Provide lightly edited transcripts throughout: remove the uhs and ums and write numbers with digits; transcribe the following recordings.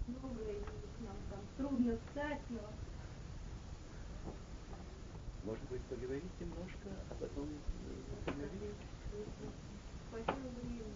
новое, и нам там трудно встать, но Может быть, поговорить немножко, а потом возобновить? хватило времени.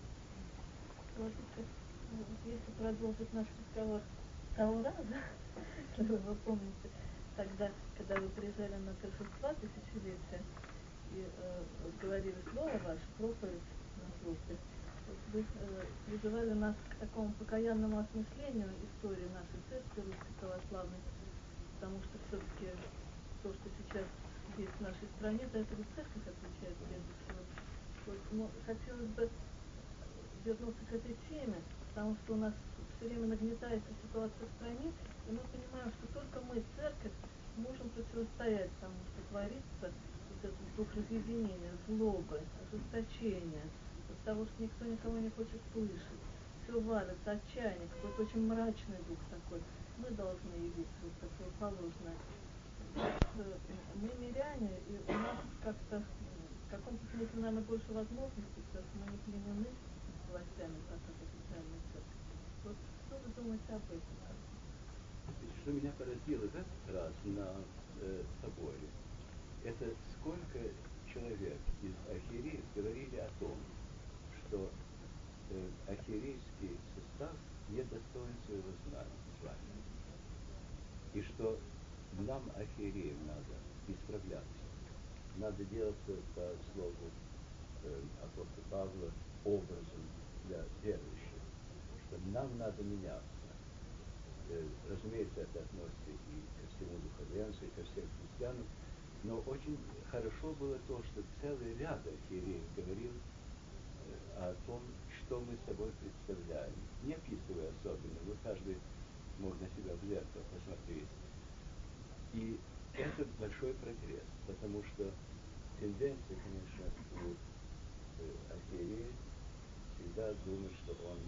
Скажите, если продолжить наш разговор с того раза, который вы помните, тогда, когда вы приезжали на торжества тысячелетия и говорили слово ваше, проповедь на службе, вот вы призывали нас к такому покаянному осмыслению истории нашей церкви русской православной, потому что все-таки то, что сейчас есть в нашей стране, за это ведь церковь отвечает прежде всего. Вот, но хотелось бы вернуться к этой теме, потому что у нас все время нагнетается ситуация в стране, и мы понимаем, что только мы, церковь, можем противостоять тому, что творится, вот этот дух разъединения, злобы, ожесточения, от того, что никто никого не хочет слышать, все валится, отчаяние, какой-то очень мрачный дух такой. Мы должны явить вот противоположное. Мы миряне, и у нас как-то в каком-то смысле, наверное, больше возможностей, потому что мы не пленены властями, так как официальная церковь. Вот что вы думаете об этом? Что меня поразило в этот раз на соборе, это сколько человек из архиереев говорили о том, что архиерейский состав не достоин своего звания. И что нам, архиереям, надо исправляться. Надо делаться, по слову апостола Павла, образом для верующих. Что нам надо меняться. Разумеется, это относится и ко всему духовенству, и ко всем христианам. Но очень хорошо было то, что целый ряд архиереев говорил о том, что мы собой представляем. Не описывая особенно, но каждый мог на себя в зеркало посмотреть. И это большой прогресс, потому что тенденция, конечно, у архиерея всегда думать, что он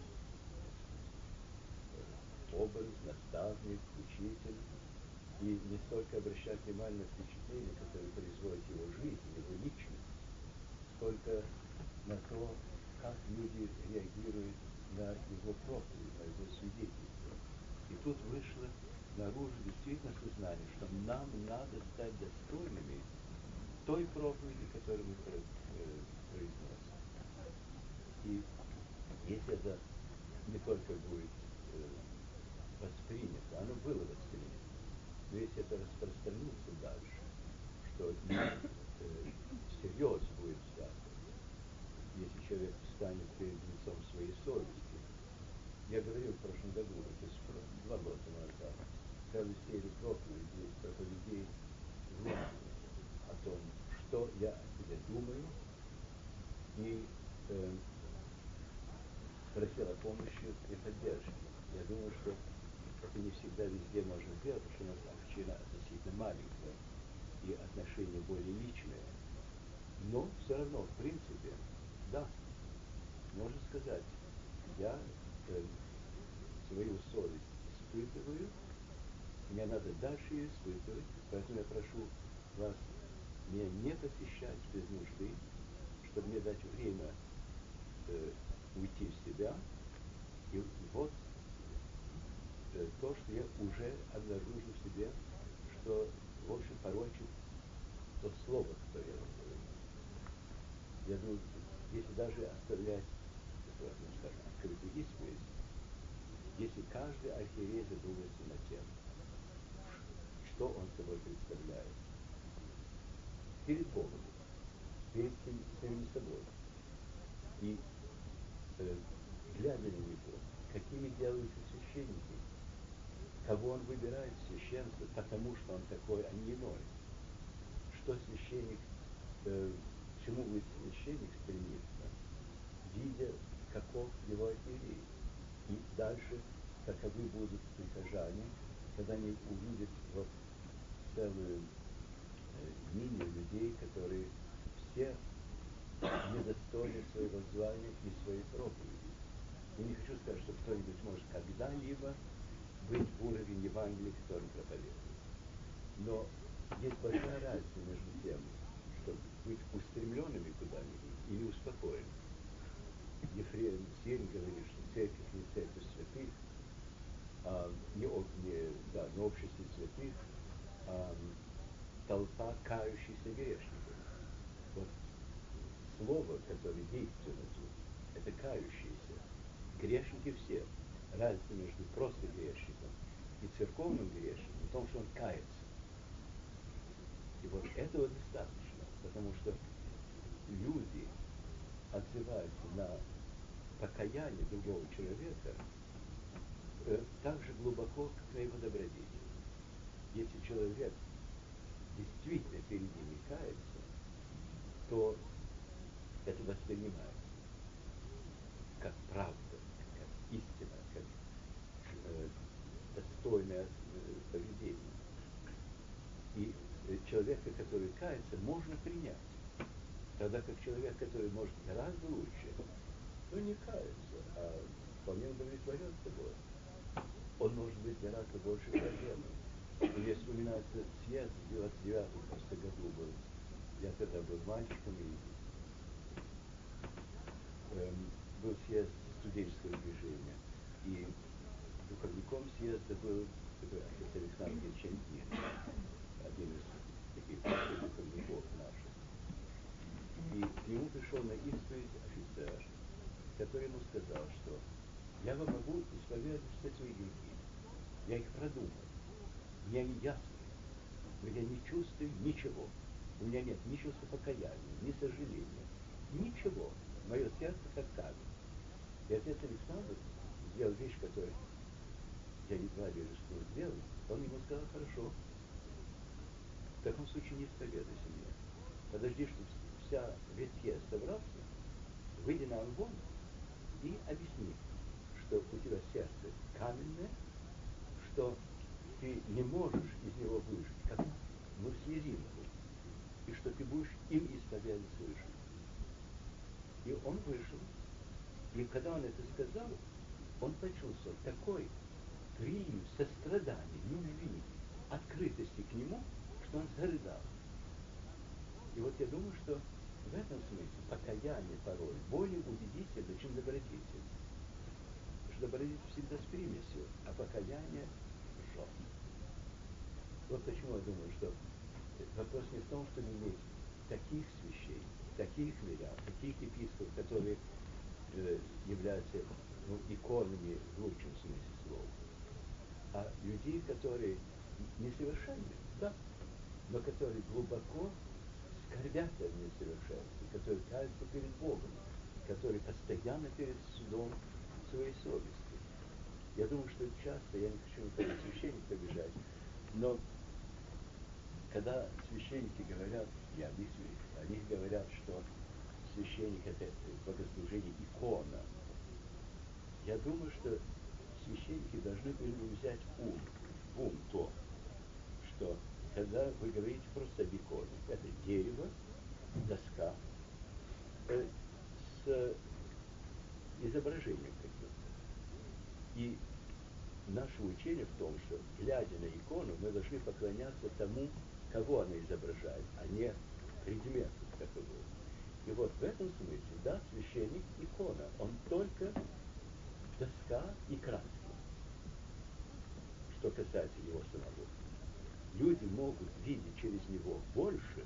образ, наставник, учитель, и не столько обращать внимание на впечатление, которое производит его жизнь, его личность, сколько на то, как люди реагируют на его проповедь, на его свидетельство. И тут вышло наружу действительно сознание, что нам надо стать достойными той проповеди, которую мы произносим. И если это не только будет воспринято, оно было воспринято, но если это распространится дальше, что всерьез будет взято, если человек встанет перед лицом своей совести. Я говорил в прошлом году, это 2 года назад, целую серию проповедей внутренних о том, что я о себе думаю, и просил о помощи и поддержке. Я думаю, что это не всегда везде можно сделать, потому что у нас община относительно маленькая и отношения более личные. Но все равно, в принципе, да, можно сказать, я свою совесть испытываю, мне надо дальше ее испытывать, поэтому я прошу вас меня не посещать без нужды, чтобы мне дать время уйти в себя, и вот то, что я уже обнаружил в себе, что, в общем, порочит то слово, которое я вам говорю. Я думаю, если даже оставлять, ну, скажем, открытую исповедь, если каждый архиерей задумается над тем, что он собой представляет, перед Богом, перед самим собой, и глядя на него, какими делаются священники, кого он выбирает в священство, потому что он такой, а не иной. Что священник, к чему будет священник стремиться, видя, каков его архиерей. И дальше, каковы будут прихожане, когда они увидят вот целую линию людей, которые все недостойны своего звания и своей проповеди. Я не хочу сказать, что кто-нибудь может когда-либо быть в уровне Евангелия, которым проповедует. Но есть большая разница между тем, чтобы быть устремленными куда-нибудь или успокоенными. Ефрем Сирин говорит, что церковь не церковь святых, не обществе святых, а толпа кающихся грешников. Вот слово, которое действенно тут, это кающиеся. Грешники все. Разница между просто грешником и церковным грешником в том, что он кается. И вот этого достаточно, потому что люди отзываются на покаяние другого человека так же глубоко, как на его добродетель. Если человек действительно перед ними кается, то это воспринимается как правда, как истина, как достойное поведение. И человека, который кается, можно принять. Тогда как человек, который может гораздо лучше, но не кается, а вполне удовлетворен собой, он может быть гораздо больше проблемой. Мне вспоминается съезд в 99-м просто году был. Я тогда был мальчиком, и был съезд студенческого движения. И духовником съезда был отец Александр Ильич, один из таких духовников наших. И к нему пришел на исповедь офицер, который ему сказал, что я вам могу исповедовать все свои грехи. Я их продумал. Мне они ясны. Но я не чувствую ничего. У меня нет ни чувства покаяния, ни сожаления. Ничего. Мое сердце как камень. И отец Александр сделал вещь, которую я едва ли рискнул сделать. Он ему сказал: хорошо, в таком случае не исповедуйся мне. Подожди, чтобы весь съезд собрался, выйди на амвон и объясни, что у тебя сердце каменное, что ты не можешь из него выжить, как слезинку, и что ты будешь им исповедовать свою жизнь. И он вышел, и когда он это сказал, он почувствовал такой прилив сострадания, любви, открытости к нему, что он зарыдал. И вот я думаю, что в этом смысле покаяние порой более убедительно, чем добродетель. Потому что добродетель всегда с примесью, а покаяние жжет. Вот почему я думаю, что вопрос не в том, чтобы иметь таких священников, таких мирян, таких епископов, которые являются иконами в лучшем смысле слова, а людей, которые несовершенны, да, но которые глубоко скорбят о несовершенстве, которые каются перед Богом, которые постоянно перед судом своей совести. Я думаю, что часто, я не хочу никого священника обижать, но когда священники говорят, и о них говорят, что священник — это богослужение икона, я думаю, что священники должны были бы взять в ум то, что когда вы говорите просто об иконе, это дерево, доска с изображением каким-то. И наше учение в том, что, глядя на икону, мы должны поклоняться тому, кого она изображает, а не предмету таковому. И вот в этом смысле, да, священник — икона, он только доска и краски, что касается его самого. Люди могут видеть через него больше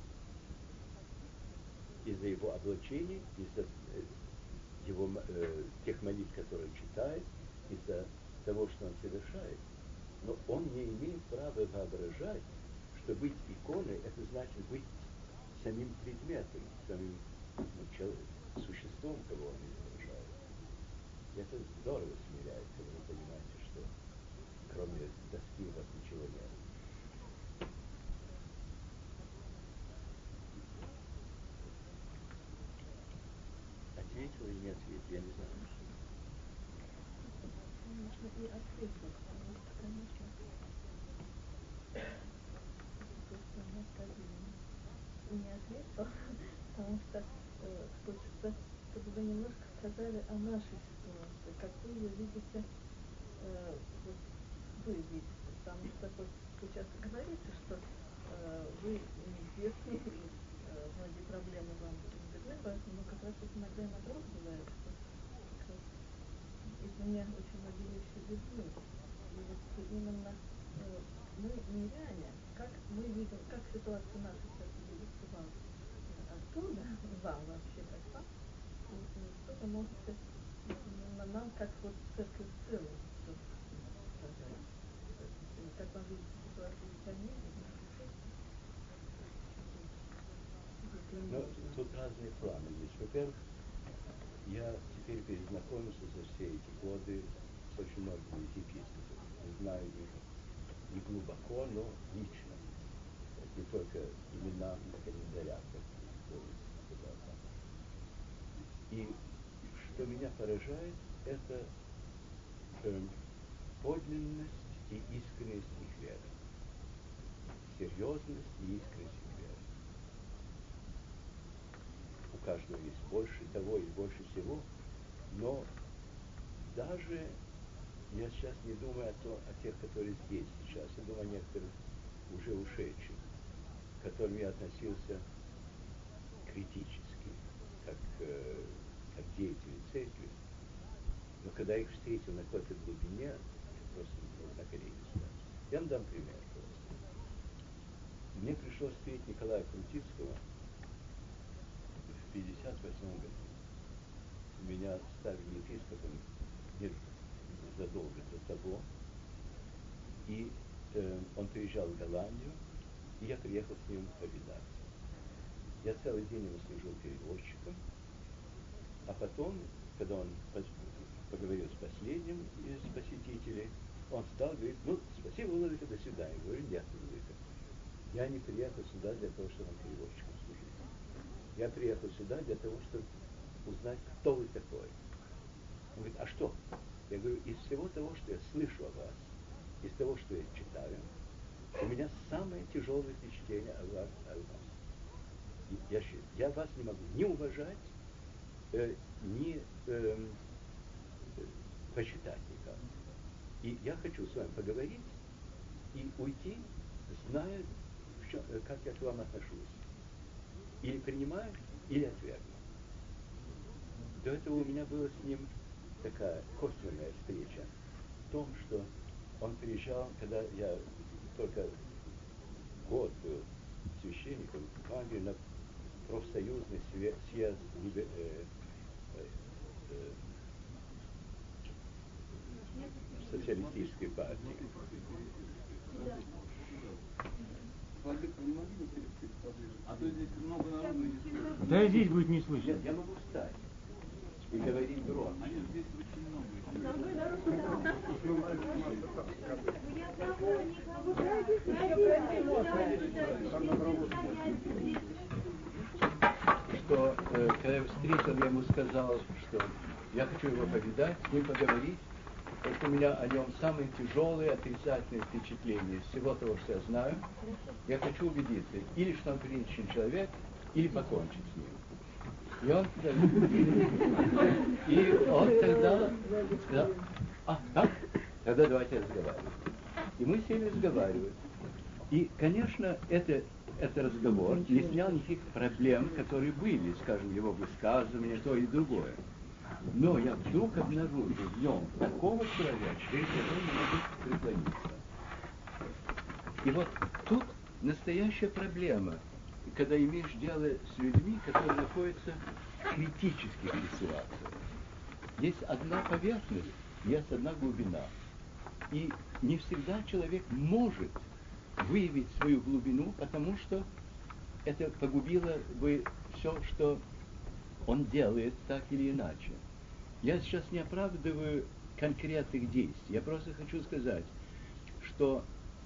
из-за его облачений, из-за его тех молитв, которые он читает, из-за того, что он совершает. Но он не имеет права воображать, что быть иконой — это значит быть самим предметом, самим существом, кого он изображает. И это здорово смиряет, когда вы понимаете, что кроме доски у вас ничего нет. Ответил или не ответил, я не знаю. Конечно, и ответил, потому что, конечно, то, что необходимо. И не ответил, потому что хочется, чтобы вы немножко сказали о нашей ситуации, какую вы видите, вот вы видите, потому что вот вы часто говорите, что вы неизвестны, и многие проблемы вам не видны важны, но как раз вот иногда и наоборот бывает, что как раз извне очень многие вещи видны. вот именно мы миряне, как мы видим, как ситуация наша сейчас видится вам оттуда, вам вообще как вам, и что вы можете нам как вот церковь в целом что сказать, как вам видите ситуацию в стране, в нашей церкви, если Ну, можно. тут разные планы есть. Во-первых, я теперь перезнакомился за все эти годы с очень многими из епископов. Знаю их не глубоко, но лично. Это не только имена на календарях, как было когда-то. И что меня поражает, это подлинность и искренность их веры. Серьезность и искренность их веры. У каждого есть больше того и больше всего, но даже я сейчас не думаю о тех, которые здесь сейчас, я думаю о некоторых уже ушедших, к которым я относился критически, как деятели церкви. Но когда я их встретил на какой-то глубине, просто на колени стать. Я вам дам пример просто. Мне пришлось встретить Николая Крутицкого в 1958 году. Меня ставили епископом незадолго до того. И он приезжал в Голландию, и я приехал с ним повидаться. Я целый день ему служил переводчиком, а потом, когда он поговорил с последним из посетителей, он встал и говорит: ну, спасибо, владыка, до свидания. Я говорю: нет, владыка, я не приехал сюда для того, чтобы вам переводчиком служить. Я приехал сюда для того, чтобы узнать, кто вы такой. Он говорит: а что? Я говорю: из всего того, что я слышу о вас, из того, что я читаю, у меня самое тяжелое впечатление о вас. Я вас не могу ни уважать, ни почитать никак. И я хочу с вами поговорить и уйти, зная, как я к вам отношусь. Или принимаю, или отвергну. До этого у меня была с ним такая косвенная встреча в том, что он приезжал, когда я только год был священником в Англии, на профсоюзный съезд социалистической партии. Владыка, не могли бы перейти поближе? А то здесь много народу. Да, здесь будет не слышно. Я могу встать и говорить громко. А нет, здесь очень много. Что, когда я встретил, я ему сказал, что я хочу его повидать, с ним поговорить, потому что у меня о нем самые тяжелые отрицательные впечатления из всего того, что я знаю. Я хочу убедиться, или что он приличный человек, или покончить с ним. И он тогда сказал: так, тогда давайте разговаривать. И мы сели разговаривать. И, конечно, этот разговор не снял никаких проблем, которые были, скажем, его высказывания, то и другое. Но я вдруг обнаружил в нем такого человека, перед которым не могу преклониться. И вот тут настоящая проблема, когда имеешь дело с людьми, которые находятся в критических ситуациях. Есть одна поверхность, есть одна глубина. И не всегда человек может выявить свою глубину, потому что это погубило бы все, что он делает так или иначе. Я сейчас не оправдываю конкретных действий. Я просто хочу сказать, что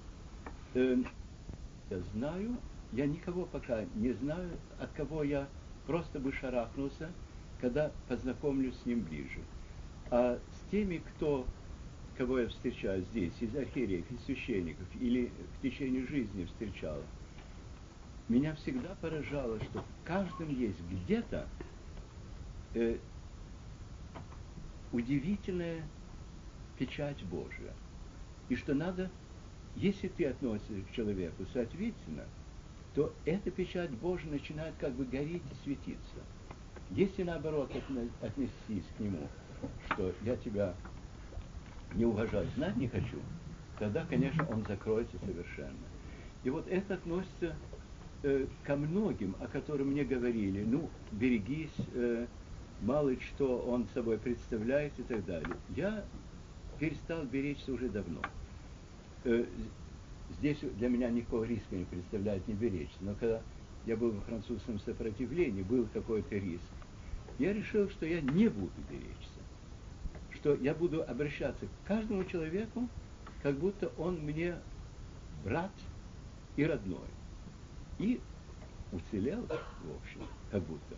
я знаю, я никого пока не знаю, от кого я просто бы шарахнулся, когда познакомлюсь с ним ближе. А с теми, кого я встречаю здесь, из архиереев, из священников, или в течение жизни встречал, меня всегда поражало, что в каждом есть где-то удивительная печать Божия. И что надо, если ты относишься к человеку соответственно, то эта печать Божия начинает как бы гореть и светиться. Если наоборот отнестись к нему, что я тебя не уважаю, знать не хочу, тогда, конечно, он закроется совершенно. И вот это относится ко многим, о которых мне говорили, ну, берегись, мало ли что он собой представляет и так далее. Я перестал беречься уже давно. Здесь для меня никакого риска не представляет не беречься, но когда я был во французском сопротивлении, был какой-то риск, я решил, что я не буду беречься, что я буду обращаться к каждому человеку, как будто он мне брат и родной. И уцелел, в общем, как будто.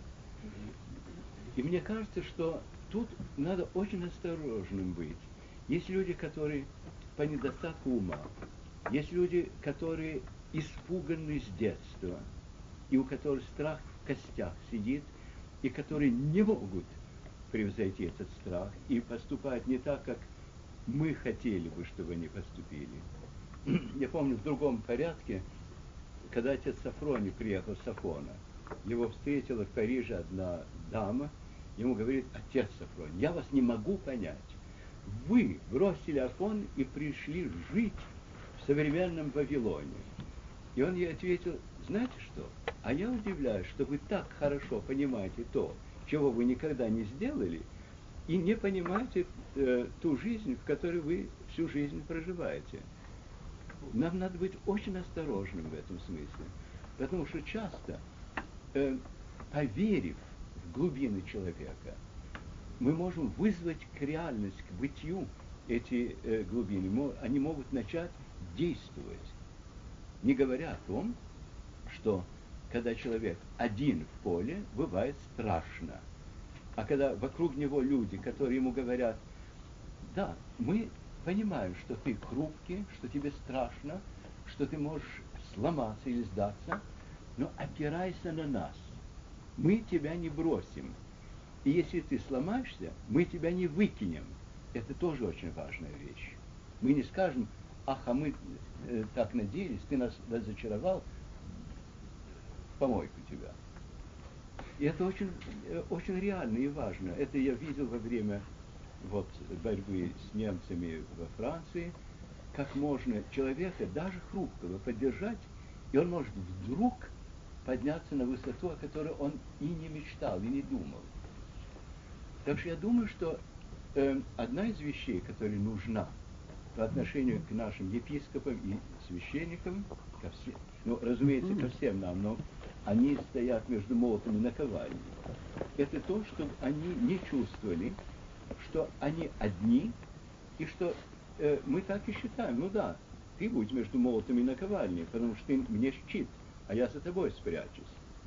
И мне кажется, что тут надо очень осторожным быть. Есть люди, которые по недостатку ума, есть люди, которые испуганы с детства, и у которых страх в костях сидит, и которые не могут превзойти этот страх и поступать не так, как мы хотели бы, чтобы они поступили. Я помню, в другом порядке, когда отец Сафроний приехал с Афона, его встретила в Париже одна дама, ему говорит: отец Сафроний, я вас не могу понять. Вы бросили Афон и пришли жить в современном Вавилоне. И он ей ответил: знаете что, а я удивляюсь, что вы так хорошо понимаете то, чего вы никогда не сделали, и не понимаете ту жизнь, в которой вы всю жизнь проживаете. Нам надо быть очень осторожным в этом смысле, потому что часто, поверив в глубины человека, мы можем вызвать к реальности, к бытию эти глубины. Они могут начать действовать, не говоря о том, что когда человек один в поле, бывает страшно. А когда вокруг него люди, которые ему говорят: да, мы понимаем, что ты хрупкий, что тебе страшно, что ты можешь сломаться или сдаться, но опирайся на нас. Мы тебя не бросим. И если ты сломаешься, мы тебя не выкинем. Это тоже очень важная вещь. Мы не скажем: ах, а мы так надеялись, ты нас разочаровал, в помойку тебя. И это очень, очень реально и важно. Это я видел во время борьбы с немцами во Франции, как можно человека, даже хрупкого, поддержать, и он может вдруг подняться на высоту, о которой он и не мечтал, и не думал. Так что я думаю, что одна из вещей, которая нужна по отношению к нашим епископам и священникам, разумеется, ко всем нам, но они стоят между молотом и наковальней, это то, чтобы они не чувствовали, что они одни, и что мы так и считаем: ну да, ты будь между молотом и наковальней, потому что ты мне щит, а я за тобой спрячусь.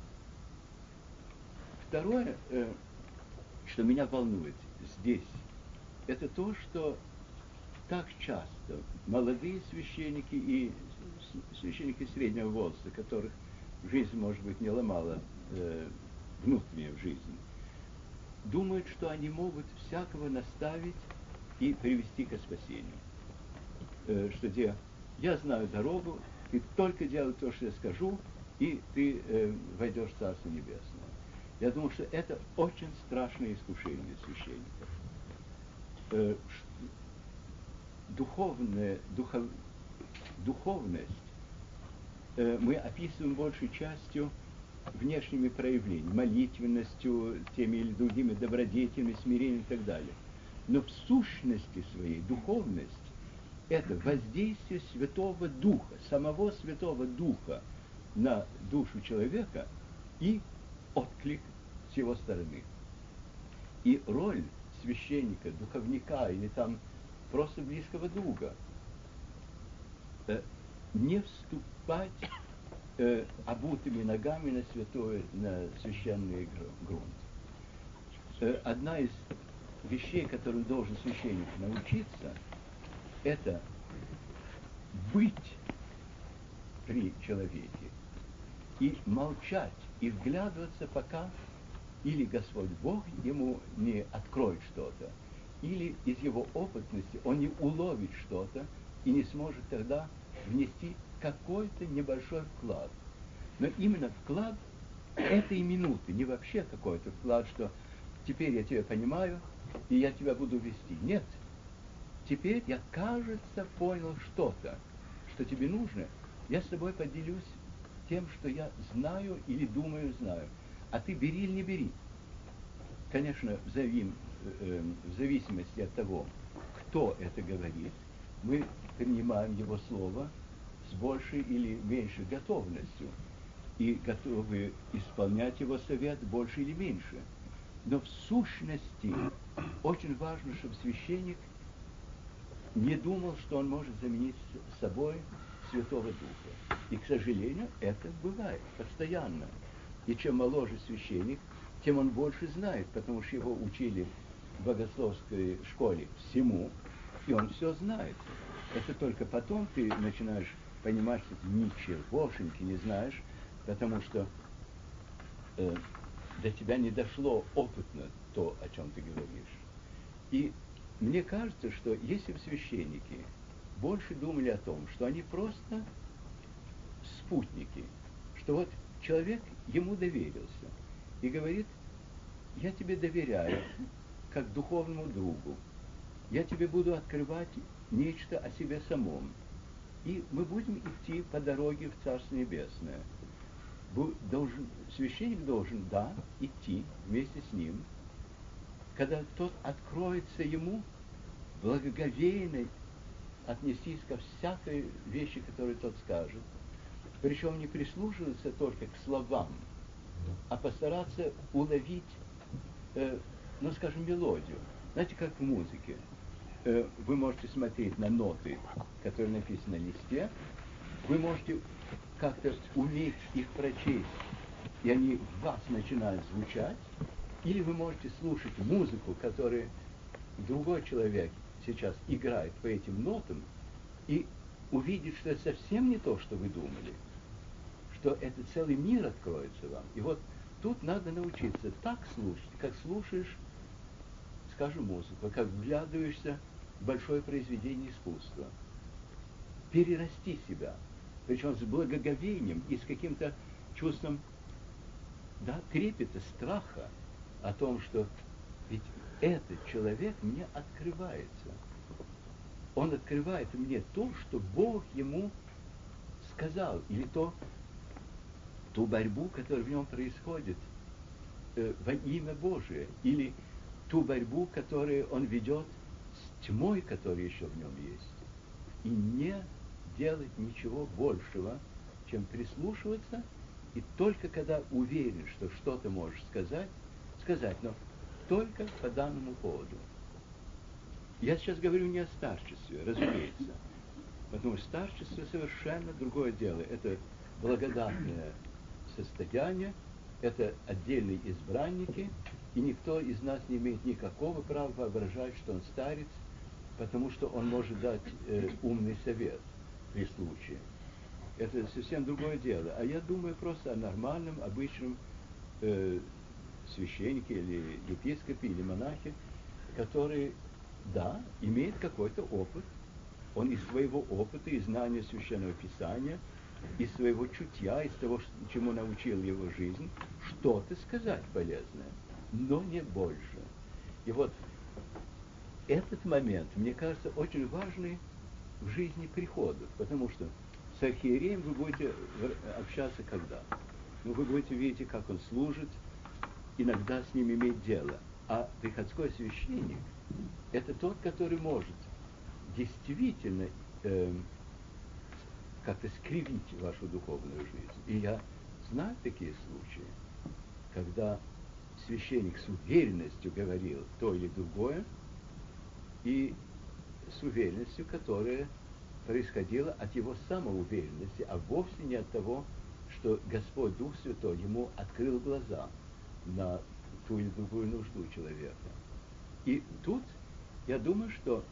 Второе, что меня волнует здесь, это то, что так часто молодые священники и священники среднего возраста, которых жизнь, может быть, не ломала внутреннюю жизнь, думают, что они могут всякого наставить и привести к спасению. Что я знаю дорогу, ты только делай то, что я скажу, и ты войдешь в Царство Небесное. Я думаю, что это очень страшное искушение священников. Духовность мы описываем большей частью внешними проявлениями, молитвенностью, теми или другими добродетелями, смирением и так далее. Но в сущности своей духовность – это воздействие Святого Духа, самого Святого Духа на душу человека и отклик с его стороны. И роль священника, духовника или там просто близкого друга не вступать обутыми ногами на священный грунт. Одна из вещей, которым должен священник научиться, это быть при человеке и молчать, и вглядываться, пока или Господь Бог ему не откроет что-то, или из его опытности он не уловит что-то и не сможет тогда внести какой-то небольшой вклад. Но именно вклад этой минуты, не вообще какой-то вклад, что теперь я тебя понимаю, и я тебя буду вести. Нет. теперь я, кажется, понял что-то, что тебе нужно. Я с тобой поделюсь тем, что я знаю или думаю знаю. А ты бери или не бери. Конечно, в зависимости от того, кто это говорит, мы принимаем его слово с большей или меньшей готовностью и готовы исполнять его совет больше или меньше. Но в сущности очень важно, чтобы священник не думал, что он может заменить собой Святого Духа. И, к сожалению, это бывает постоянно. И чем моложе священник, тем он больше знает, потому что его учили в богословской школе всему, и он все знает. Это только потом ты начинаешь понимать, что ты ничегошеньки не знаешь, потому что до тебя не дошло опытно то, о чем ты говоришь. И мне кажется, что если бы священники больше думали о том, что они просто спутники, что вот человек ему доверился и говорит: я тебе доверяю, как духовному другу, я тебе буду открывать нечто о себе самом, и мы будем идти по дороге в Царство Небесное. Священник должен, да, идти вместе с ним, когда тот откроется ему, благоговейно отнестись ко всякой вещи, которую тот скажет, причем не прислушиваться только к словам, а постараться уловить, скажем, мелодию. Знаете, как в музыке. Вы можете смотреть на ноты, которые написаны на листе, вы можете как-то уметь их прочесть, и они в вас начинают звучать, или вы можете слушать музыку, которую другой человек сейчас играет по этим нотам, и увидеть, что это совсем не то, что вы думали, что это целый мир откроется вам. И вот тут надо научиться так слушать, как слушаешь, скажем, музыку, как вглядываешься в большое произведение искусства. Перерасти себя, причем с благоговением и с каким-то чувством, да, трепета, страха о том, что ведь этот человек мне открывается. Он открывает мне то, что Бог ему сказал, или ту борьбу, которая в нем происходит во имя Божие, или ту борьбу, которую он ведет с тьмой, которая еще в нем есть. И не делать ничего большего, чем прислушиваться, и только когда уверен, что что-то можешь сказать, но только по данному поводу. Я сейчас говорю не о старчестве, разумеется, потому что старчество совершенно другое дело. Это благодатное состояние, это отдельные избранники, и никто из нас не имеет никакого права воображать, что он старец, потому что он может дать умный совет при случае. Это совсем другое дело. А я думаю просто о нормальном, обычном священнике или епископе, или монахе, который, да, имеет какой-то опыт. Он из своего опыта, из знания Священного Писания, из своего чутья, из того, чему научил его жизнь, что-то сказать полезное, но не больше. И вот этот момент, мне кажется, очень важный в жизни приходов, потому что с архиереем вы будете общаться когда? Вы будете видеть, как он служит, иногда с ним иметь дело. А приходской священник – это тот, который может действительно как-то скривить вашу духовную жизнь. И я знаю такие случаи, когда священник с уверенностью говорил то или другое, и с уверенностью, которая происходила от его самоуверенности, а вовсе не от того, что Господь Дух Святой ему открыл глаза на ту или другую нужду человека. И тут я думаю, что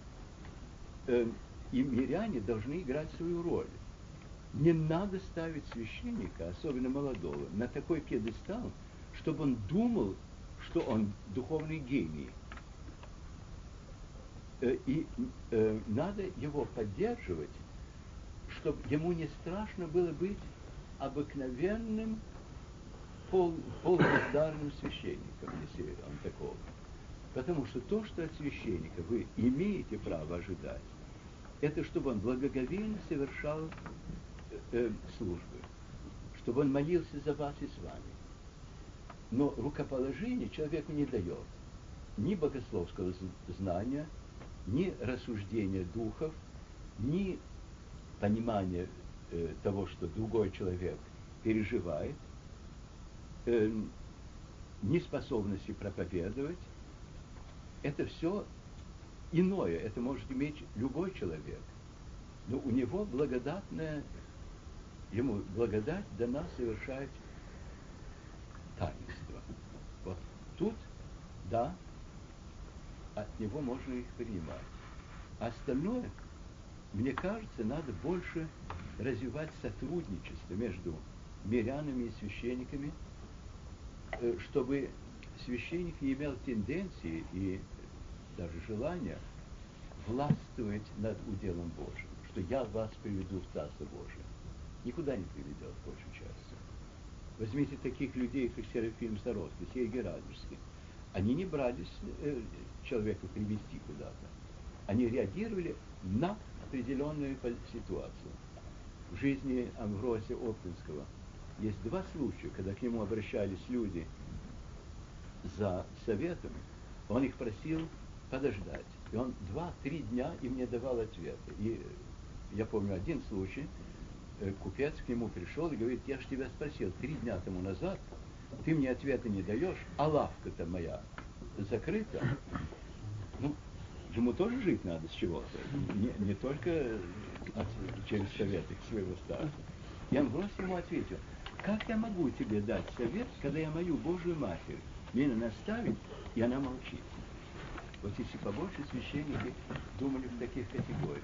и миряне должны играть свою роль. Не надо ставить священника, особенно молодого, на такой пьедестал, чтобы он думал, что он духовный гений. И надо его поддерживать, чтобы ему не страшно было быть обыкновенным, полубездарным священником, если он таков. Потому что то, что от священника вы имеете право ожидать, это чтобы он благоговейно совершал службы, чтобы он молился за вас и с вами. Но рукоположение человеку не дает ни богословского знания, ни рассуждения духов, ни понимания того, что другой человек переживает, ни способности проповедовать. Это все иное, это может иметь любой человек. Но у него ему благодать дана совершать таинство. Вот тут, да, от него можно их принимать. А остальное, мне кажется, надо больше развивать сотрудничество между мирянами и священниками, чтобы священник не имел тенденции и даже желания властвовать над уделом Божьим, что я вас приведу в Царство Божие. Никуда не приведет, большей частью. Возьмите таких людей, как Серафим Саровский, Сергий Радонежский. Они не брались человека привести куда-то. Они реагировали на определенную ситуацию. В жизни Амвросия Оптинского есть два случая, когда к нему обращались люди за советом, он их просил подождать. И он 2-3 дня им не давал ответа. И я помню один случай, купец к нему пришел и говорит: я же тебя спросил 3 дня тому назад, ты мне ответа не даешь, а лавка-то моя закрыта. Ну, ему тоже жить надо с чего-то, не только через советы своего старца. И Амвросий ему ответил: как я могу тебе дать совет, когда я мою Божию Матерь меня наставит, и она молчит? Вот если побольше священники думали в таких категориях.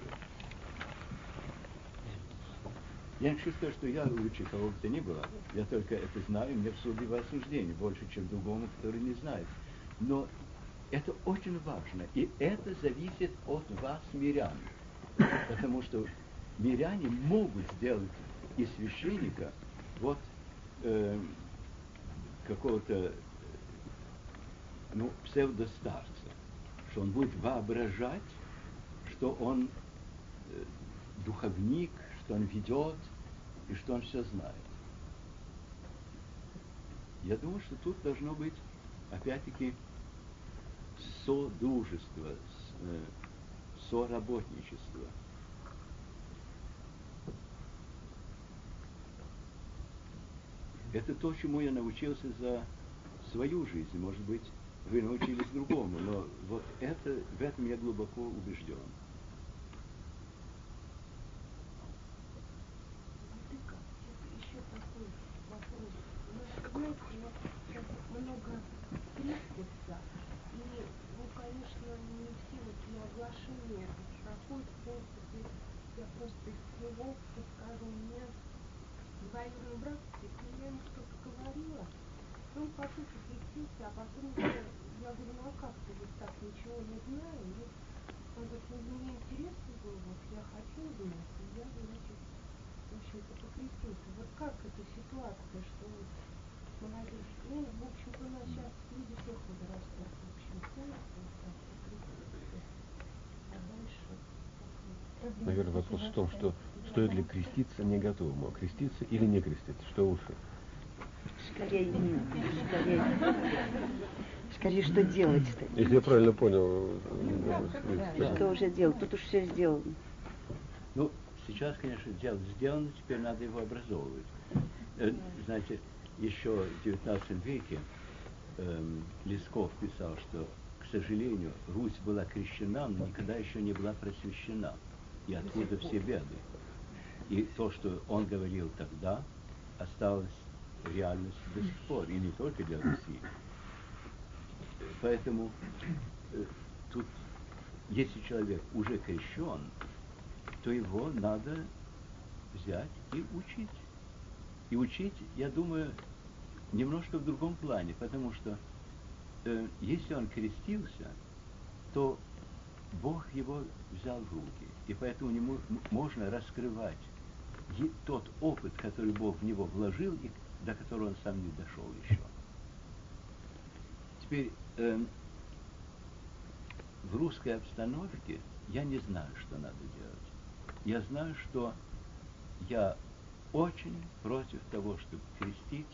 Я не считаю, что я лучше кого бы то ни было. Я только это знаю, мне в суде в осуждении больше, чем другому, который не знает. Но это очень важно, и это зависит от вас, мирян. Потому что миряне могут сделать из священника вот какого-то псевдостарца, что он будет воображать, что он духовник, что он ведет и что он все знает. Я думаю, что тут должно быть, опять-таки, содружество, соработничество. Это то, чему я научился за свою жизнь. Может быть, вы научились другому, но вот в этом я глубоко убежден. Владыка, еще такой вопрос. Знаете, я сейчас много крестится, и, конечно, не все и оглашения проходят, в принципе, я просто из своего опыта скажу, у меня двоюродный брат, и я ему что-то говорила, и он, по сути, крестился, а потом я говорю: ну а как ты вот так, ничего не знаю? И он говорит: ну мне интересно было, вот я хотел знать, и я, значит, в общем-то, покрестился. Вот как эта ситуация, что молодежь, ну, в общем-то, у нас сейчас люди всех возрастов, в общем, тянутся вот так покреститься, а дальше как вот. Наверное, вопрос в том, что стоит ли креститься не готовому, креститься или не креститься, что лучше? Скорее, что делать-то? Если я правильно понял, Что уже делать? Тут уж все сделано. Ну, сейчас, конечно, дело сделано, теперь надо его образовывать. Знаете, еще в XIX веке Лесков писал, что, к сожалению, Русь была крещена, но никогда еще не была просвещена. И оттуда все беды. И то, что он говорил тогда, осталось реальностью до сих пор, и не только для Руси. Поэтому тут, если человек уже крещен, то его надо взять и учить. И учить, я думаю, немножко в другом плане, потому что если он крестился, то Бог его взял в руки, и поэтому ему можно раскрывать тот опыт, который Бог в него вложил, и до которого он сам не дошел еще. Теперь в русской обстановке я не знаю, что надо делать. Я знаю, что я очень против того, чтобы крестить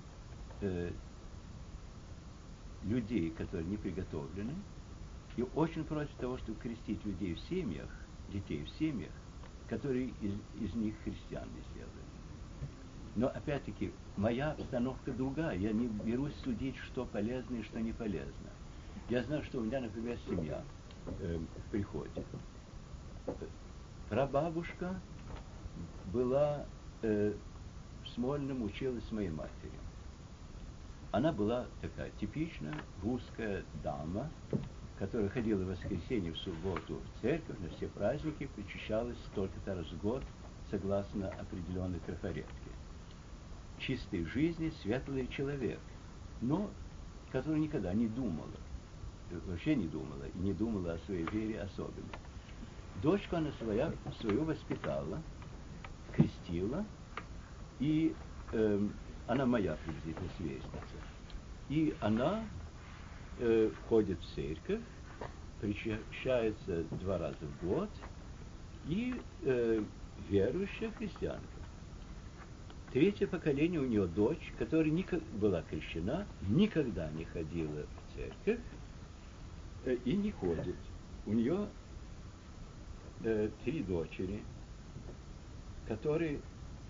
людей, которые не приготовлены, и очень против того, чтобы крестить людей в семьях, детей в семьях, которые из них христиан не сделали. Но, опять-таки, моя обстановка другая. Я не берусь судить, что полезно и что не полезно. Я знаю, что у меня, например, семья в приходе. Прабабушка была в Смольном, училась с моей матерью. Она была такая типичная русская дама, которая ходила в воскресенье, в субботу в церковь, на все праздники, причащалась столько-то раз в год, согласно определенной трафаретке. Чистой жизни, светлый человек, но который никогда не думала, вообще не думала, и не думала о своей вере особенно. Дочку она свою воспитала, крестила, и она моя приблизительно сверстница. И она ходит в церковь, причащается 2 раза в год, и верующая христианка. 3-е поколение у нее дочь, которая была крещена, никогда не ходила в церковь и не ходит. У нее 3 дочери, которые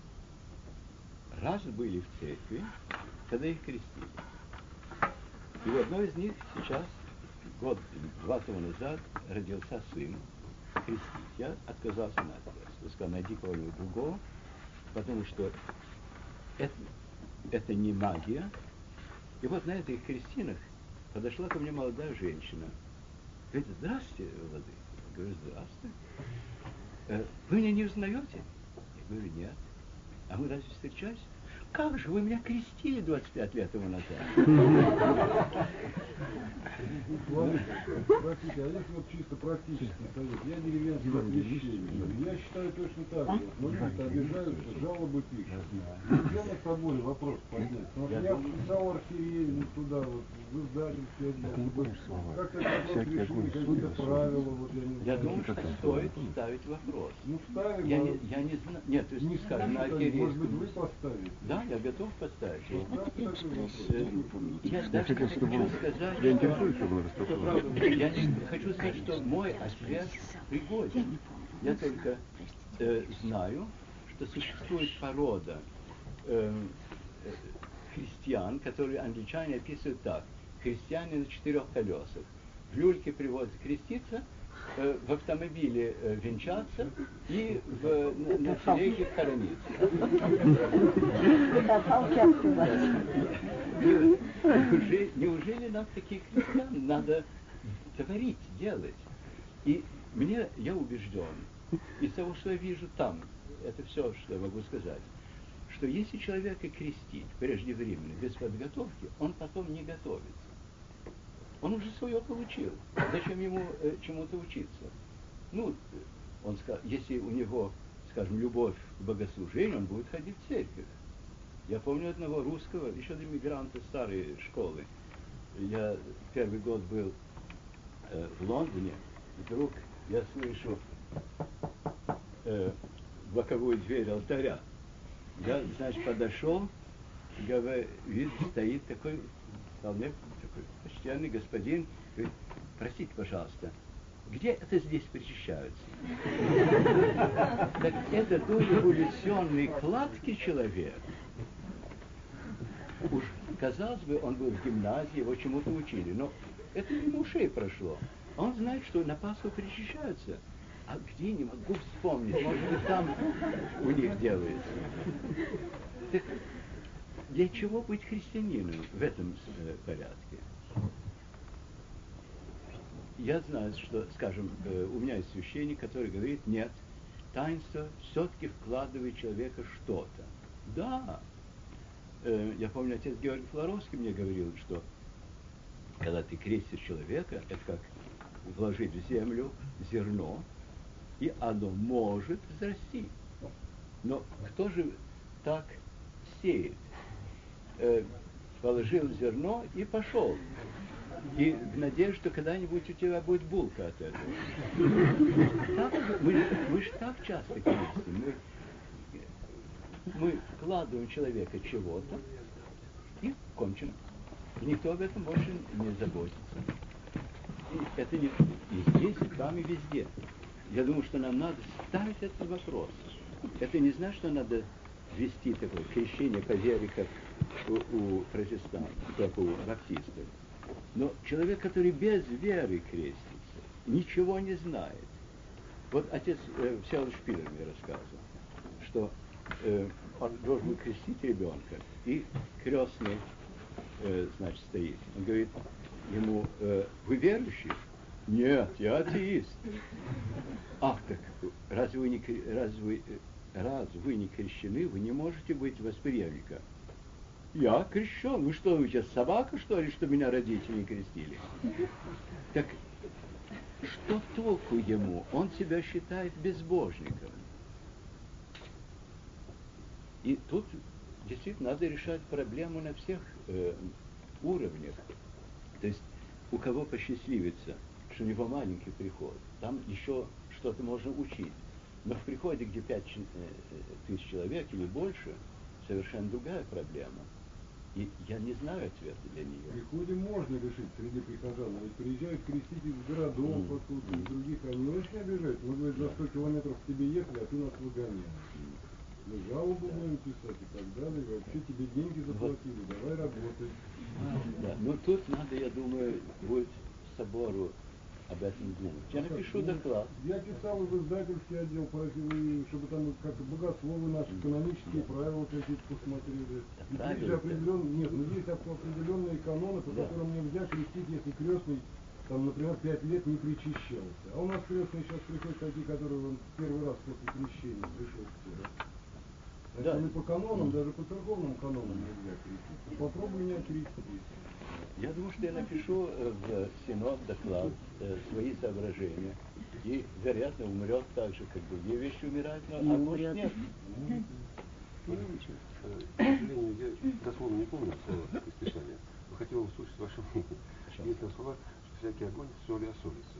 раз были в церкви, когда их крестили. И у одной из них сейчас, 2 тому назад, родился сын, крестить. Я отказался наотрез. Я сказал, найди кого-нибудь другого, потому что это не магия. И вот на этих крестинах подошла ко мне молодая женщина. Говорит, здравствуйте, владыка. Я говорю, здравствуйте. Вы меня не узнаете? Я говорю, нет. А мы разве встречались? Как же, вы меня крестили 25 лет тому назад. Простите, а если вот чисто практический совет, я деревенский священник, я считаю точно так же, вот, но люди обижаются, жалобы пишут. Нельзя над собой вопрос поднять, потому что я писал архиерею, вот туда, вот, в издательстве отдел, чтобы как-то этот вопрос решили, какие-то правила, вот я не знаю. Я думаю, что стоит ставить вопрос. Ну, ставим, я не знаю, нет, то есть, не скажем, на ставим, может быть, архиерейском. вы поставите. Да, я готов поставить. Ставьте такой вопрос. Я даже хочу сказать, Я интересуюсь, чтобы он что правда, я не хочу сказать, что мой ответ пригоден. Я только знаю, что существует порода христиан, которые англичане описывают так. Христиане на 4 колесах. В люльке приводят креститься, в автомобиле венчаться и на телеге хорониться. Неужели нам таких христиан надо творить, делать? И я убежден, из того, что я вижу там, это все, что я могу сказать, что если человека крестить преждевременно, без подготовки, он потом не готовится. Он уже свое получил. Зачем ему чему-то учиться? Ну, он скажет, если у него, скажем, любовь к богослужению, он будет ходить в церковь. Я помню одного русского, еще иммигранта старой школы. Я 1-й год был в Лондоне, вдруг я слышу боковую дверь алтаря. Я, значит, подошел, вид стоит такой, вполне такой почтенный господин, говорит, простите, пожалуйста, где это здесь причащаются? Так это дореволюционный кладкий человек. Уж, казалось бы, он был в гимназии, его чему-то учили, но это мимо ушей прошло. А он знает, что на Пасху причащаются. А где, не могу вспомнить, может быть, там у них делается. Так для чего быть христианином в этом порядке? Я знаю, что, скажем, у меня есть священник, который говорит, нет, таинство все-таки вкладывает в человека что-то. Да. Я помню, отец Георгий Флоровский мне говорил, что когда ты крестишь человека, это как вложить в землю зерно, и оно может взрасти. Но кто же так сеет? Положил зерно и пошел. И в надежде, что когда-нибудь у тебя будет булка от этого. Мы же так часто крестим. Мы вкладываем в человека чего-то и кончено. И никто об этом больше не заботится. И это не и здесь, и там, и везде. Я думаю, что нам надо ставить этот вопрос. Это не значит, что надо ввести такое крещение по вере, как у протестантов, как у баптистов. Но человек, который без веры крестится, ничего не знает. Вот отец Всеволод Шпилер мне рассказывал, что он должен был крестить ребенка, и крестный, значит, стоит. Он говорит ему: вы верующий? Нет, я атеист. Ах, так раз вы не крещены, вы не можете быть восприемником. Я крещен. Вы что, вы сейчас собака, что ли, что меня родители не крестили? Так что толку ему? Он себя считает безбожником. И тут действительно надо решать проблему на всех уровнях. То есть у кого посчастливится, что у него маленький приход, там еще что-то можно учить. Но в приходе, где 5000 человек или больше, совершенно другая проблема. И я не знаю ответа для нее. В приходе можно решить среди прихожан, ведь приезжают крестить из городов, откуда из других, они очень обижают. Мы, говорит, за 100 километров к тебе ехали, а ты нас выгоняешь. Мы жалобу будем писать и так далее, и вообще тебе деньги заплатили, давай работай. Да, но тут надо, я думаю, будет собору об этом думать. Я напишу доклад. Я писал в издательский отдел, просил, чтобы там как богословы наши, канонические правила какие-то посмотрели. И здесь же определенные, нет, ну есть определенные каноны, по которым нельзя крестить, если крестный, там, например, 5 лет не причащался. А у нас крестные сейчас приходят такие, которые он первый раз после крещения пришел к тебе. Да. Не по канонам, даже по церковным канонам нельзя крестить. Попробуй не окрестить. Я думаю, что я напишу в Синод доклад свои соображения. И, вероятно, умрет так же, как другие вещи умирают, но может нет. К сожалению, я дословно не помню слова из Писания, но хотел услышать ваше мнение. Есть там слова, что всякий огонь соли осолится.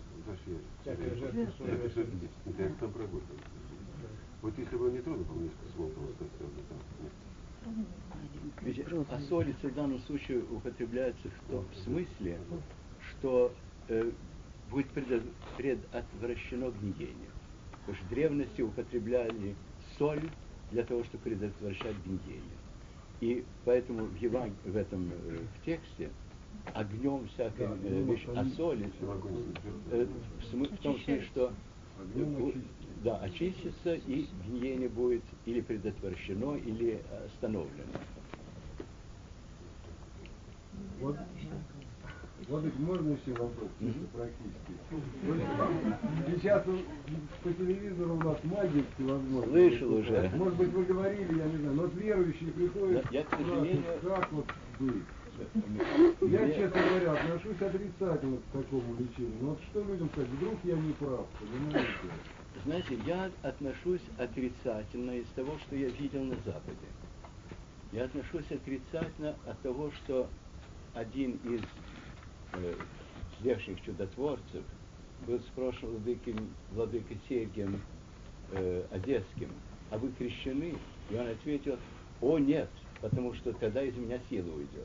Это я там про огонь. Вот если бы не трудно было несколько слов, то сказать все равно там нет. Ведь осолиться в данном случае употребляется в смысле, что будет предотвращено гниение. Потому что в древности употребляли соль для того, чтобы предотвращать гниение. И поэтому в тексте огнем всякой вещь осолится, в том смысле, что очистится, и гниение будет или предотвращено, или остановлено. Вот ведь можно еще вопрос, чисто практически. Сейчас по телевизору у нас магия всевозможные. Слышал уже. Может быть, вы говорили, я не знаю, но вот верующие приходят, я, к сожалению, как вот быть? Я, честно говоря, отношусь отрицательно к такому лечению. Но вот что людям сказать, вдруг я не прав, понимаете? Знаете, я отношусь отрицательно из того, что я видел на Западе. Я отношусь отрицательно от того, что один из здешних чудотворцев был спрошен владыкой Сергием Одесским: а вы крещены? И он ответил: о нет, потому что тогда из меня сила уйдет.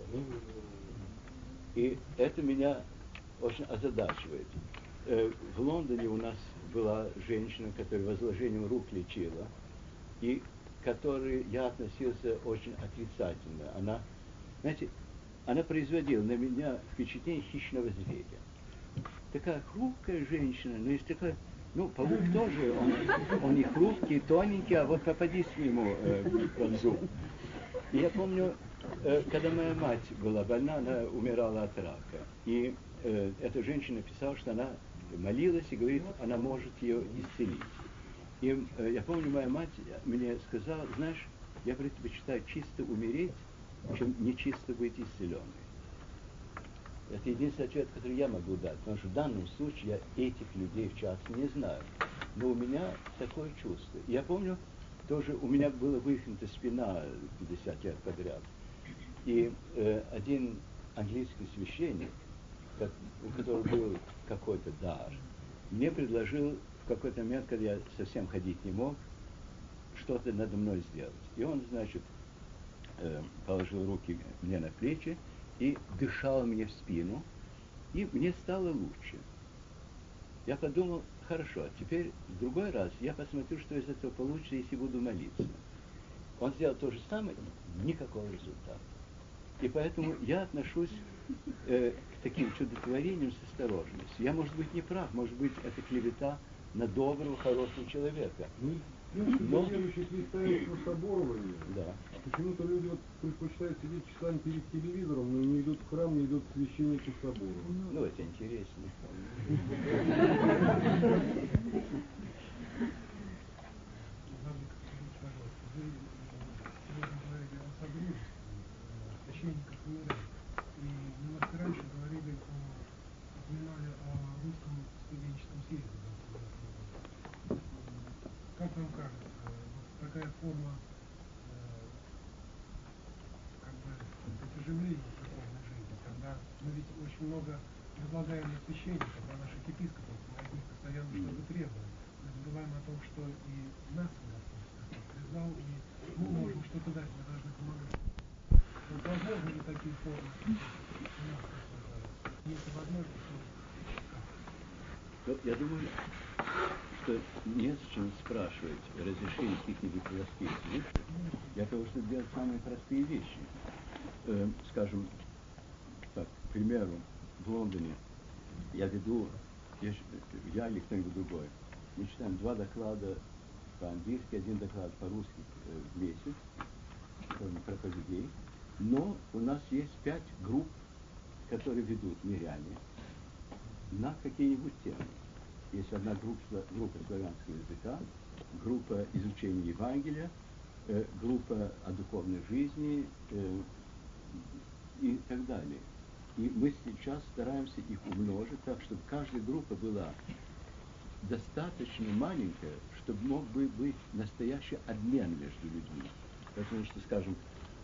И это меня очень озадачивает. В Лондоне у нас была женщина, которая возложением рук лечила, и к которой я относился очень отрицательно. Она, знаете, она производила на меня впечатление хищного зверя. Такая хрупкая женщина, но есть такая, паук тоже, он не хрупкий, тоненький, а вот попадись к нему в зуб. И я помню, когда моя мать была больна, она умирала от рака. И эта женщина писала, что она молилась и говорит, она может ее исцелить. И я помню, моя мать мне сказала: знаешь, я предпочитаю чисто умереть, чем нечисто быть исцеленной. Это единственный ответ, который я могу дать, потому что в данном случае я этих людей в частности не знаю. Но у меня такое чувство. Я помню, тоже у меня была вывихнута спина 50 лет подряд. И один английский священник у которого был какой-то дар, мне предложил в какой-то момент, когда я совсем ходить не мог, что-то надо мной сделать. И он, значит, положил руки мне на плечи и дышал мне в спину, и мне стало лучше. Я подумал, хорошо, теперь в другой раз я посмотрю, что из этого получится, если буду молиться. Он сделал то же самое, никакого результата. И поэтому я отношусь к таким чудотворениям с осторожностью. Я, может быть, не прав, может быть, это клевета на доброго, хорошего человека. Ну, в принципе, для верующих есть таинство соборования. Да. Почему-то люди вот предпочитают сидеть часами перед телевизором, но не идут в храм, не идут к священнику собора. Ну, это интереснее. Священников и мирян. И немножко раньше упоминали о русском студенческом съезде. Как вам кажется, вот такая форма протяженления церковной жизни, когда мы ведь очень много возлагаем на священников, на наших епископов, мы от них постоянно что-то требуем. Мы забываем о том, что и нас Господь призвал, и мы можем что-то дать, мы должны помогать. Вот возможно ли такие формы у нас, как вы кажется? Если возможно, то как? Я думаю, что незачем спрашивать разрешение каких-нибудь плоских вещей для того, чтобы делать самые простые вещи. Скажем, так, к примеру, в Лондоне я веду, я или кто-нибудь другой, мы читаем 2 доклада по-английски, 1 доклад по-русски в месяц, проповедей, но у нас есть 5 групп, которые ведут миряне на какие-нибудь темы. Есть одна группа славянского языка, группа изучения Евангелия, группа о духовной жизни и так далее. И мы сейчас стараемся их умножить так, чтобы каждая группа была достаточно маленькая, чтобы мог бы быть настоящий обмен между людьми. Потому что, скажем,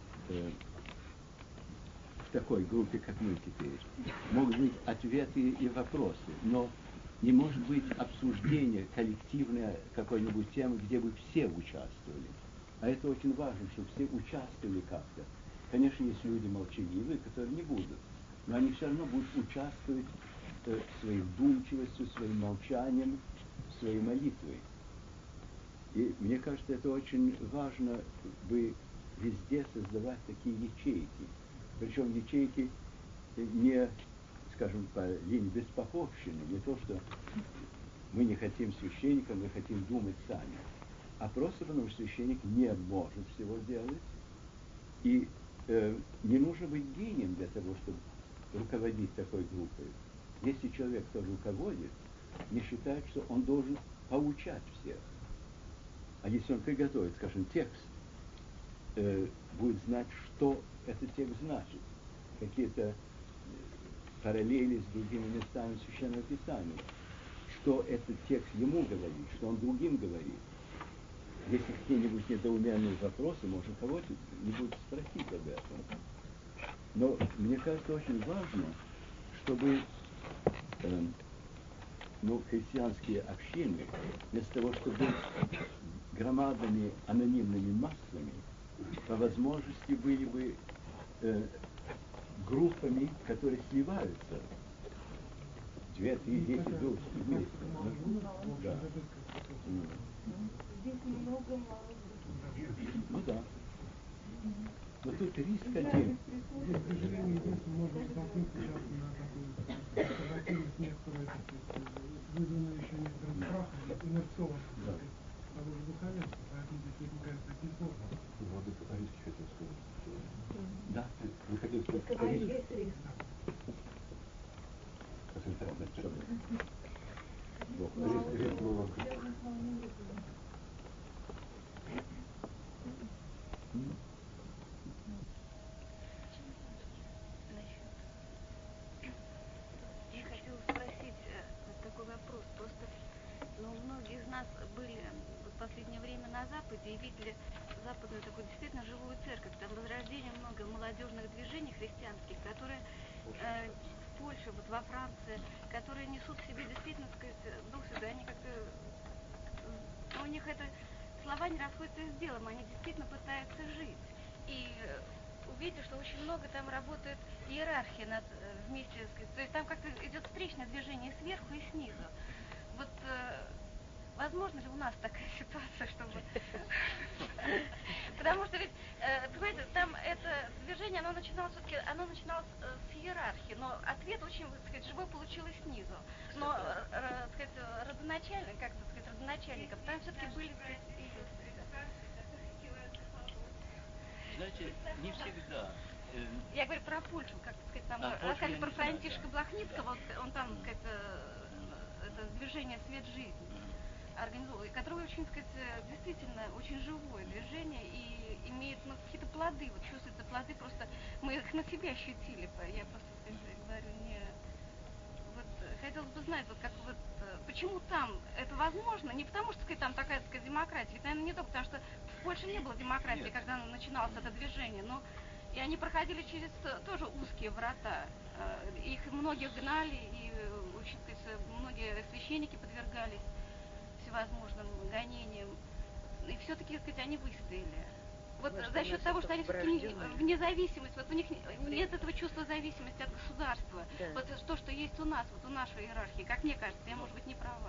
в такой группе, как мы теперь, могут быть ответы и вопросы, но не может быть обсуждение коллективное какой-нибудь темы, где бы все участвовали. А это очень важно, чтобы все участвовали как-то. Конечно, есть люди молчаливые, которые не будут, но они все равно будут участвовать своей вдумчивостью, своим молчанием, своей молитвой. И мне кажется, это очень важно бы везде создавать такие ячейки. Причем ячейки не, скажем, по линии беспоповщины, не то, что мы не хотим священника, мы хотим думать сами, а просто потому, что священник не может всего делать, и не нужно быть гением для того, чтобы руководить такой группой. Если человек, кто руководит, не считает, что он должен поучать всех, а если он приготовит, скажем, текст, будет знать, что этот текст значит, какие-то параллели с другими местами Священного Писания, что этот текст ему говорит, что он другим говорит. Если какие-нибудь недоуменные вопросы, можно кого-нибудь спросить об этом. Но мне кажется, очень важно, чтобы христианские общины, вместо того, чтобы быть громадными анонимными массами, по возможности были бы группами, которые сливаются. 2, 3, 10 душ вместе. Да. Здесь много малых групп. Ну да. Но тут риск один. Здесь, к сожалению, единственное, можно натолкнуться часто на такую консервативность некоторую, вызванную еще некоторым страхом, инерционным, того же духовенства. Поэтому здесь возникают такие формы. Владыка, о риске хотел сказать. Да. Вы хотели сказать о риске? Есть риск. Риск было открыто. Я хотела спросить такой вопрос. Просто многие из нас были в последнее время на Западе и видели западную такую действительно живую церковь. Там возрождение много молодежных движений христианских, которые в Польше, вот во Франции, которые несут в себе действительно, так сказать, дух святой, они как-то, у них это слова не расходятся с делом, они действительно пытаются жить. И увидите, что очень много там работает иерархия вместе, так сказать, то есть там как-то идет встречное движение сверху и снизу. Вот возможно ли у нас такая ситуация, чтобы... Потому что ведь, понимаете, там это движение, оно начиналось все-таки, с иерархии, но ответ очень, так сказать, живой получилось снизу. Но, так сказать, родоначальников, там все-таки были, так сказать, Знаете, не всегда. Я говорю про Польшу, как сказать, там рассказали про Франтишка Блохницкого, он там, так сказать, это движение «Свет жизни» организовал, которое очень, так сказать, действительно очень живое движение и имеет какие-то плоды, вот чувствуются плоды, просто мы их на себе ощутили, я просто, так сказать, говорю, не... Вот хотелось бы знать, вот как вот, почему там это возможно, не потому что, так сказать, там такая, так сказать, демократия, ведь, наверное, не только, потому что в Польше не было демократии, когда начиналось это движение, но и они проходили через тоже узкие врата, их многих гнали, и, очень, так сказать, многие священники подвергались всевозможным гонениям, и все-таки, так сказать, они выстояли. Вот за счет того, что они все-таки вне зависимости, вот у них нет этого чувства зависимости от государства. Да. Вот то, что есть у нас, вот у нашей иерархии, как мне кажется, я, может быть, не права.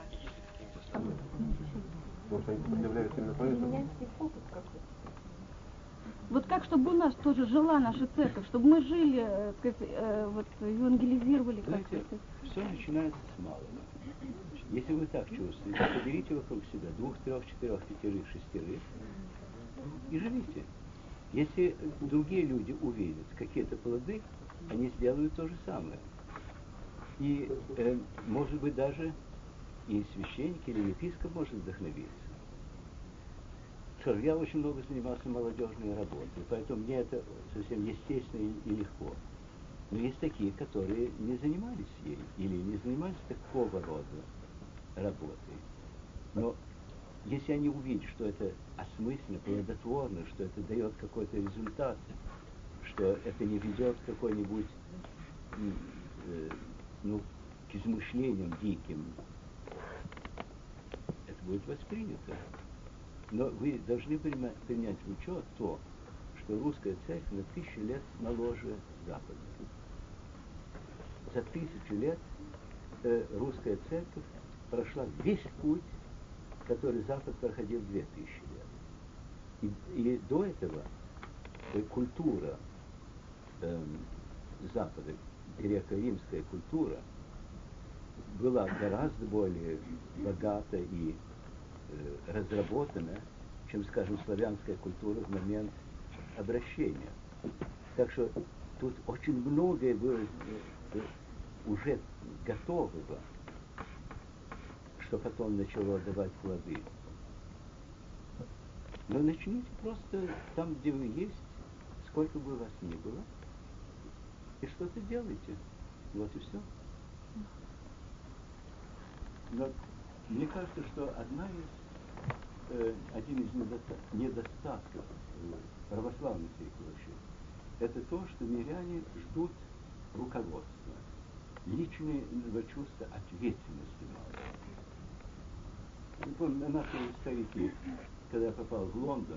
Может, они сопротивляются именно поэтому? Вот как, чтобы у нас тоже жила наша церковь, чтобы мы жили, сказать, вот, евангелизировали. Знаете, все начинается с малого. Если вы так чувствуете, соберите вокруг себя 2, 3, 4, 5, 6 и живите. Если другие люди увидят какие-то плоды, они сделают то же самое. И, может быть, даже и священник или епископ может вдохновиться. Я очень много занимался молодежной работой, поэтому мне это совсем естественно и легко. Но есть такие, которые не занимались ей или не занимались такого рода работой. Но если они увидят, что это осмысленно, плодотворно, что это дает какой-то результат, что это не ведет к какой-нибудь, к измышлениям диким, это будет воспринято. Но вы должны принять в учет то, что русская церковь на 1000 лет моложе западной. За 1000 лет русская церковь прошла весь путь, который Запад проходил 2000 лет. И до этого культура Запада, греко-римская культура, была гораздо более богата и разработана, чем, скажем, славянская культура в момент обращения. Так что тут очень многое было уже готового, что потом начало давать плоды. Но начните просто там, где вы есть, сколько бы вас ни было, и что-то делайте. Вот и все. Но мне кажется, что один из недостатков православной церкви вообще, это то, что миряне ждут руководства, личного чувства ответственности мало. Я помню, наши старики, когда я попал в Лондон,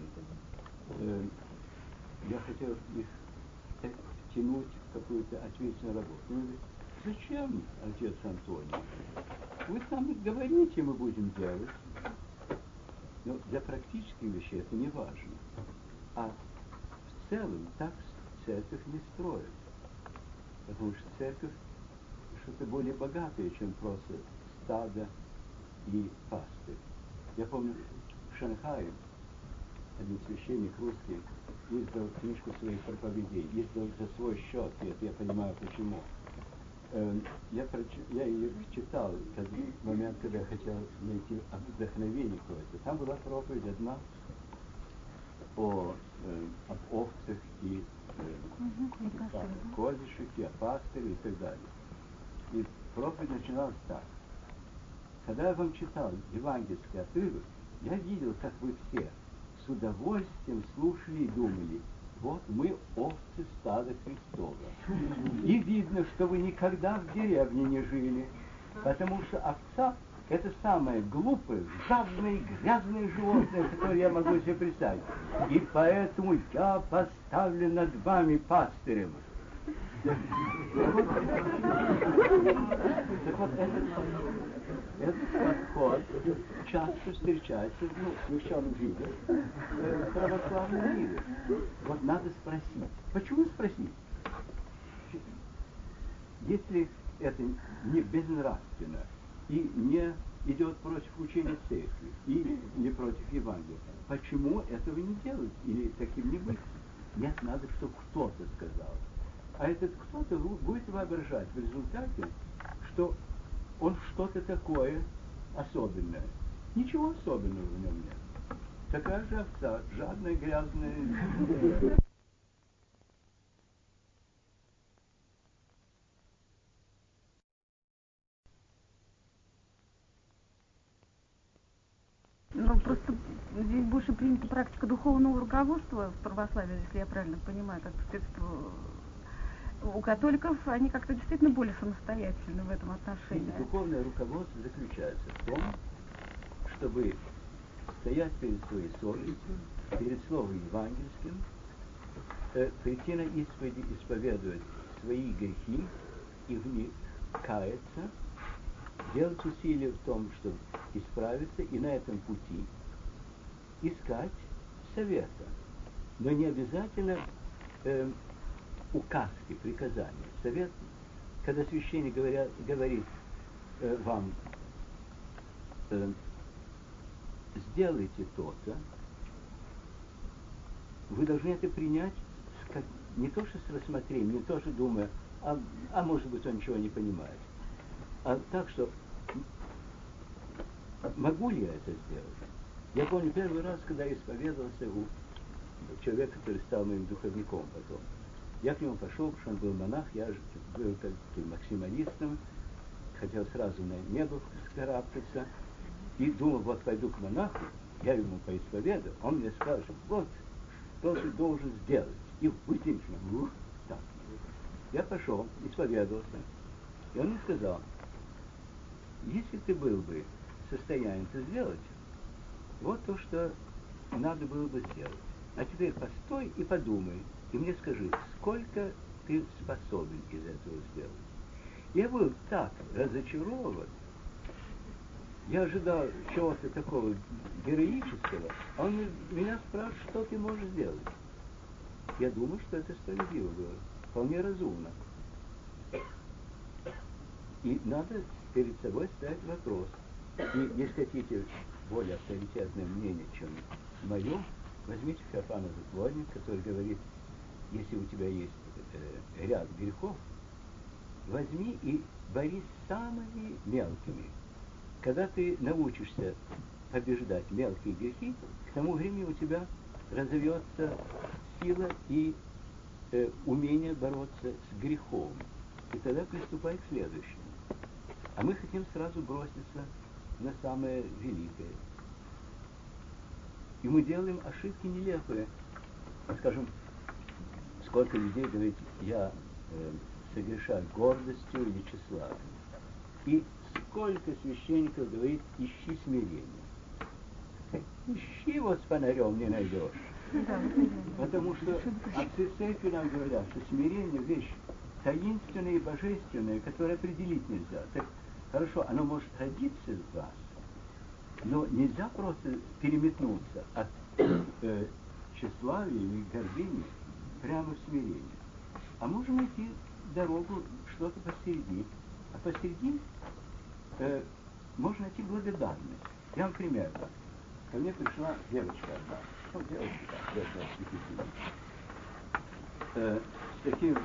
я хотел их втянуть в какую-то ответственную работу. Они говорят: зачем, отец Антоний? Вы там говорите, мы будем делать. Но для практических вещей это не важно. А в целом так церковь не строит. Потому что церковь что-то более богатое, чем просто стадо и пастырь. Я помню, в Шанхае один священник русский издал книжку своих проповедей, издал за свой счет, и это я понимаю почему. Я ее читал в момент, когда я хотел найти вдохновение какое-то. Там была проповедь одна об овцах и козишек, и о пастыре и так далее. И проповедь начиналась так. Когда я вам читал евангельский отрывок, я видел, как вы все с удовольствием слушали и думали, вот мы овцы стада Христова. И видно, что вы никогда в деревне не жили, потому что овца — это самое глупое, жадное и грязное животное, которое я могу себе представить. И поэтому я поставлю над вами пастырем. Так вот, этот подход часто встречается в священном виде, в православном мире. Вот надо спросить. Почему спросить? Если это не безнравственно и не идет против учения церкви и не против Евангелия, почему этого не делать или таким не быть? Нет, надо, чтобы кто-то сказал. А этот кто-то будет воображать в результате, что он что-то такое особенное. Ничего особенного в нем нет. Такая же овца, жадная, грязная. Ну, просто здесь больше принята практика духовного руководства в православии, если я правильно понимаю, как у католиков они как-то действительно более самостоятельны в этом отношении. Духовное руководство заключается в том, чтобы стоять перед своей совестью, перед словом евангельским, прийти на исповеди, исповедовать свои грехи и в них каяться, делать усилия в том, чтобы исправиться, и на этом пути искать совета. Но не обязательно указки, приказания. Совет, когда священник говорит вам, сделайте то-то, вы должны это принять не то что с рассмотрением, не то что думая, а может быть он ничего не понимает. А так что, могу ли я это сделать? Я помню первый раз, когда я исповедовался у человека, который стал моим духовником потом. Я к нему пошел, потому что он был монах, я же был таким максималистом, хотел сразу на небо вскарабкаться, и думал, вот пойду к монаху, я ему поисповедую, он мне скажет, вот, что ты должен сделать, и вытянешь меня. Так. Я пошел, исповедовался, и он мне сказал, если ты был бы в состоянии это сделать, вот то, что надо было бы сделать. А теперь постой и подумай, и мне скажи, сколько ты способен из этого сделать. Я был так разочарован, я ожидал чего-то такого героического, а он меня спрашивает, что ты можешь сделать. Я думаю, что это справедливо было, вполне разумно. И надо перед собой ставить вопрос. И если хотите более авторитетное мнение, чем мое, возьмите Феофана Затворник, который говорит, если у тебя есть ряд грехов, возьми и борись с самыми мелкими. Когда ты научишься побеждать мелкие грехи, к тому времени у тебя разовьется сила и умение бороться с грехом. И тогда приступай к следующему. А мы хотим сразу броситься на самое великое. И мы делаем ошибки нелепые. Скажем, сколько людей говорит, я согрешаю гордостью или тщеславием. И сколько священников говорит, ищи смирение. Ищи его с фонарем не найдешь. Потому что отцы церкви нам говорят, что смирение вещь таинственная и божественная, которую определить нельзя. Так хорошо, оно может родиться в вас, но нельзя просто переметнуться от тщеславия или гордыни прямо в смирение. А можно найти дорогу, что-то посередине. А посередине можно найти благодарность. Я вам пример дам. Ко мне пришла девочка одна. Ну, девочка, с таким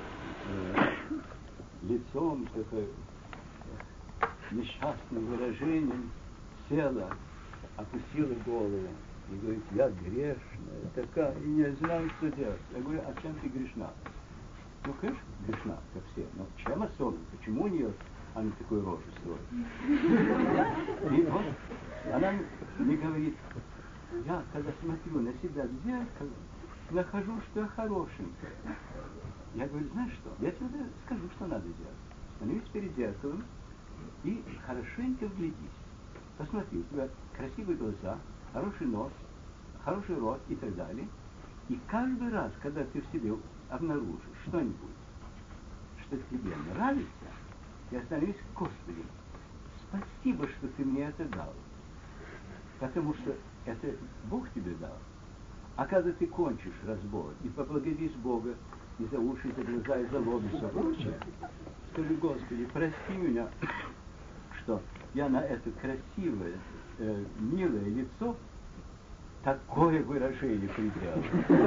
лицом, такой несчастным выражением, села, опустила голову и говорит, я грешная такая, и не знаю, что делать. Я говорю, а чем ты грешна? Ну, конечно, грешна, как все, но чем особенно? Почему у нее она такую рожу строит? И вот она мне говорит, я когда смотрю на себя в зеркало, нахожу, что я хорошенькая. Я говорю, знаешь что, я тебе скажу, что надо делать. Становись перед зеркалом и хорошенько вглядись. Посмотри, у тебя красивые глаза, хороший нос, хороший рот и так далее. И каждый раз, когда ты в себе обнаружишь что-нибудь, что тебе нравится, ты остановись, Господи, спасибо, что ты мне это дал. Потому что это Бог тебе дал. А когда ты кончишь разбор и поблагодаришь Бога и за уши, и за глаза, и за лоб, и за прочее, скажи, Господи, прости меня, что я на это красивое, милое лицо такое выражение придал.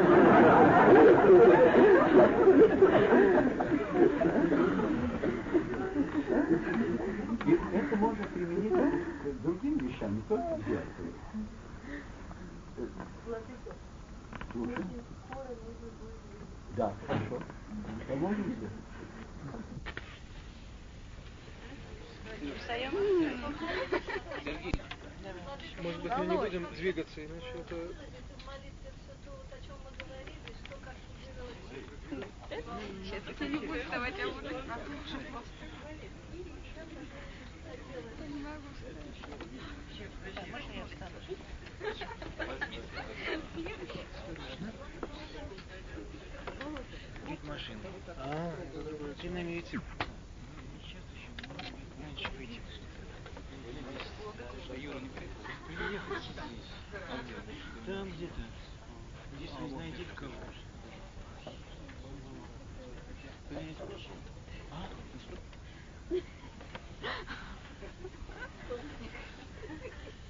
И это можно применить к другим вещам, не только к зеркалу. Слушай. Да, хорошо. Помолимся. Может быть, мы не будем двигаться, иначе это... Сейчас это не будет давать, я буду слушать просто. Я не могу сказать. Можно я встану? Машина. Это другое. Ты намерите. Сейчас еще раньше выйти. Юра не приехал здесь. Там где-то. Здесь вы знаете в кого. А?